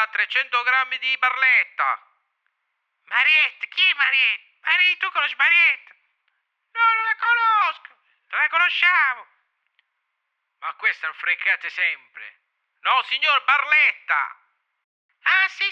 da 300 grammi di Barletta. Mariette, chi è Mariette? Mariette, tu conosci Mariette? No, non la conosco, non la conosciamo. Ma questa non freccate sempre. No, signor, Barletta. Ah, sì,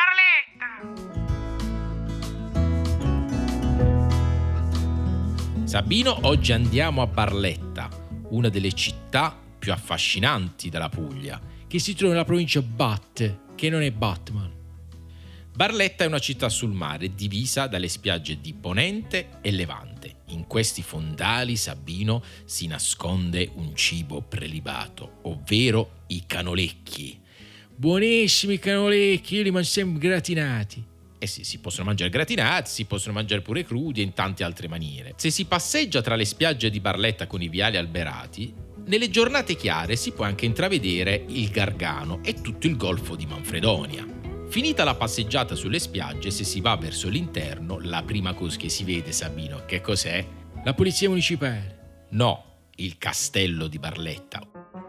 Barletta. Sabino, oggi andiamo a Barletta, una delle città più affascinanti della Puglia, che si trova nella provincia Bat, che non è Batman. Barletta è una città sul mare divisa dalle spiagge di Ponente e Levante. In questi fondali, Sabino, si nasconde un cibo prelibato, ovvero i canolecchi. Buonissimi canolecchi, io li mangio sempre gratinati. Eh sì, si possono mangiare gratinati, si possono mangiare pure crudi e in tante altre maniere. Se si passeggia tra le spiagge di Barletta con i viali alberati, nelle giornate chiare si può anche intravedere il Gargano e tutto il golfo di Manfredonia. Finita la passeggiata sulle spiagge, se si va verso l'interno, la prima cosa che si vede, Sabino, che cos'è? La polizia municipale. No, il castello di Barletta.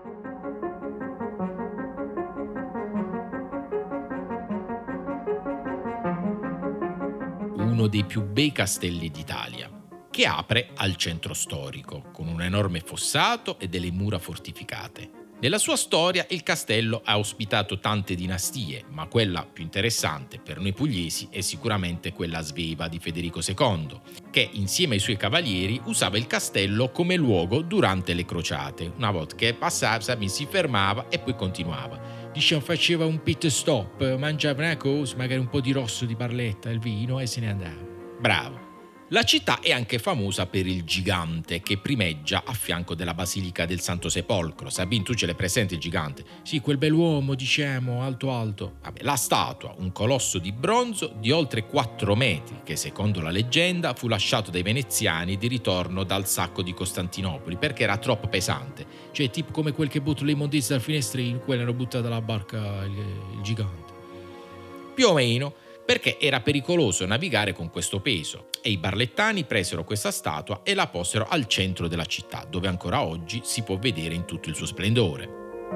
Uno dei più bei castelli d'Italia, che apre al centro storico, con un enorme fossato e delle mura fortificate. Nella sua storia il castello ha ospitato tante dinastie, ma quella più interessante per noi pugliesi è sicuramente quella sveva di Federico II, che insieme ai suoi cavalieri usava il castello come luogo durante le crociate. Una volta che passava, si fermava e poi continuava. Diciamo, faceva un pit stop, mangiava una cosa, magari un po' di rosso di Barletta, il vino e se ne andava. Bravo. La città è anche famosa per il gigante che primeggia a fianco della Basilica del Santo Sepolcro. Sabine, tu ce l'hai presente il gigante? Sì, quel bell'uomo, diciamo, alto. Vabbè, la statua, un colosso di bronzo di oltre 4 metri, che secondo la leggenda fu lasciato dai veneziani di ritorno dal sacco di Costantinopoli perché era troppo pesante. Cioè, tipo come quel che buttano le immondizia dal finestrino, quello hanno buttato dalla barca il gigante. Più o meno, perché era pericoloso navigare con questo peso e i barlettani presero questa statua e la posero al centro della città, dove ancora oggi si può vedere in tutto il suo splendore.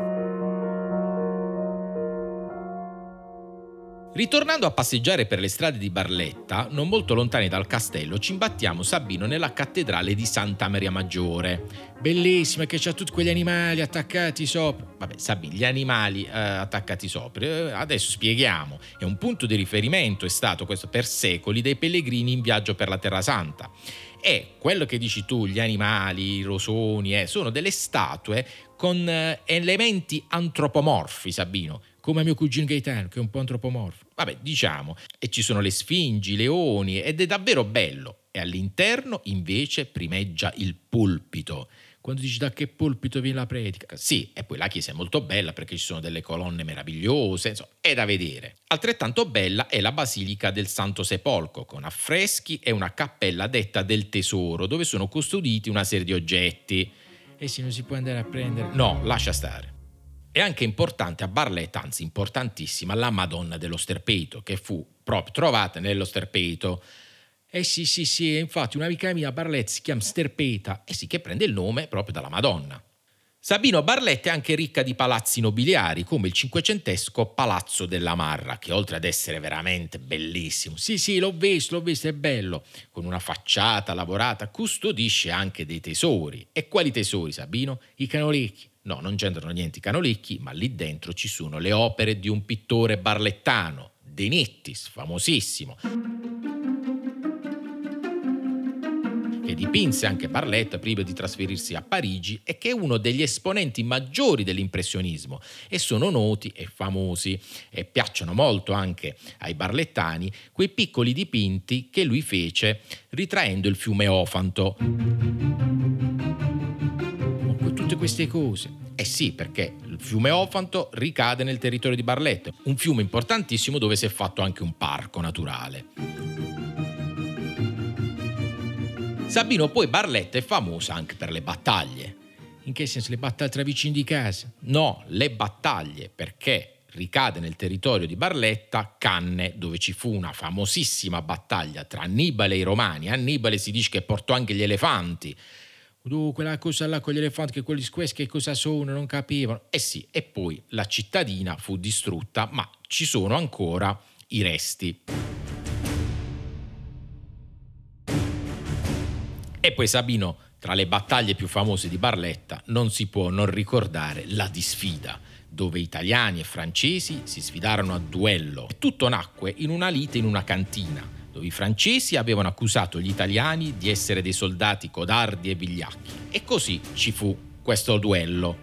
Ritornando a passeggiare per le strade di Barletta, non molto lontani dal castello, ci imbattiamo, Sabino, nella cattedrale di Santa Maria Maggiore. Bellissima, che c'ha tutti quegli animali attaccati sopra. Vabbè, Sabino, gli animali attaccati sopra, adesso spieghiamo. È un punto di riferimento, è stato questo per secoli, dei pellegrini in viaggio per la Terra Santa. E quello che dici tu, gli animali, i rosoni, sono delle statue con elementi antropomorfi, Sabino, come mio cugino Gaetano, che è un po' antropomorfo. Vabbè, diciamo, e ci sono le sfingi, i leoni, ed è davvero bello. E all'interno, invece, primeggia il pulpito. Quando dici da che pulpito viene la predica? Sì, e poi la chiesa è molto bella perché ci sono delle colonne meravigliose, insomma, è da vedere. Altrettanto bella è la Basilica del Santo Sepolcro, con affreschi e una cappella detta del tesoro, dove sono custoditi una serie di oggetti. E se non si può andare a prendere? No, lascia stare. È anche importante a Barletta, anzi importantissima, la Madonna dello Sterpeto, che fu proprio trovata nello Sterpeto. Sì, infatti un'amica mia a Barletta si chiama Sterpeta, sì, che prende il nome proprio dalla Madonna. Sabino, Barletta è anche ricca di palazzi nobiliari, come il cinquecentesco Palazzo della Marra, che oltre ad essere veramente bellissimo, sì, l'ho visto, è bello, con una facciata lavorata, custodisce anche dei tesori. E quali tesori, Sabino? I canolecchi. No, non c'entrano niente i canolecchi, ma lì dentro ci sono le opere di un pittore barlettano, De Nittis, famosissimo, che dipinse anche Barletta prima di trasferirsi a Parigi e che è uno degli esponenti maggiori dell'impressionismo, e sono noti e famosi e piacciono molto anche ai barlettani quei piccoli dipinti che lui fece ritraendo il fiume Ofanto. Tutte queste cose. Sì, perché il fiume Ofanto ricade nel territorio di Barletta, un fiume importantissimo dove si è fatto anche un parco naturale. Sabino, poi Barletta è famosa anche per le battaglie. In che senso? Le battaglie tra vicini di casa? No, le battaglie, perché ricade nel territorio di Barletta Canne, dove ci fu una famosissima battaglia tra Annibale e i Romani. Annibale si dice che portò anche gli elefanti. Quella cosa là con gli elefanti, che quelli squeschi che cosa sono, non capivano. Eh sì, e poi la cittadina fu distrutta, ma ci sono ancora i resti. E poi Sabino, tra le battaglie più famose di Barletta, non si può non ricordare la disfida, dove italiani e francesi si sfidarono a duello. E tutto nacque in una lite in una cantina, dove i francesi avevano accusato gli italiani di essere dei soldati codardi e vigliacchi. E così ci fu questo duello.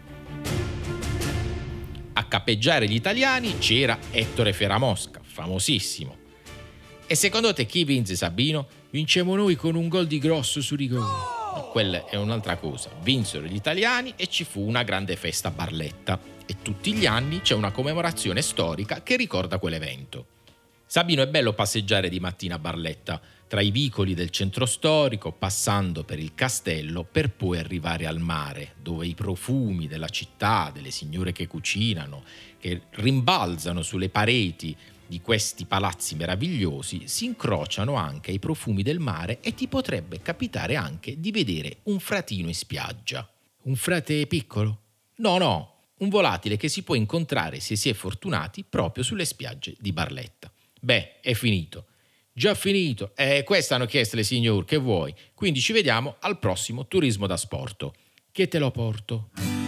A cappeggiare gli italiani c'era Ettore Ferramosca, famosissimo. E secondo te chi vinse, Sabino? Vincemmo noi con un gol di Grosso su rigore. No, quella è un'altra cosa. Vinsero gli italiani e ci fu una grande festa a Barletta. E tutti gli anni c'è una commemorazione storica che ricorda quell'evento. Sabino, è bello passeggiare di mattina a Barletta, tra i vicoli del centro storico, passando per il castello, per poi arrivare al mare, dove i profumi della città, delle signore che cucinano, che rimbalzano sulle pareti di questi palazzi meravigliosi, si incrociano anche ai profumi del mare e ti potrebbe capitare anche di vedere un fratino in spiaggia. Un frate piccolo? No, un volatile che si può incontrare, se si è fortunati, proprio sulle spiagge di Barletta. Beh, è finito. Già finito. Questo hanno chiesto le signore, che vuoi? Quindi ci vediamo al prossimo Turismo da Sporto. Che te lo porto?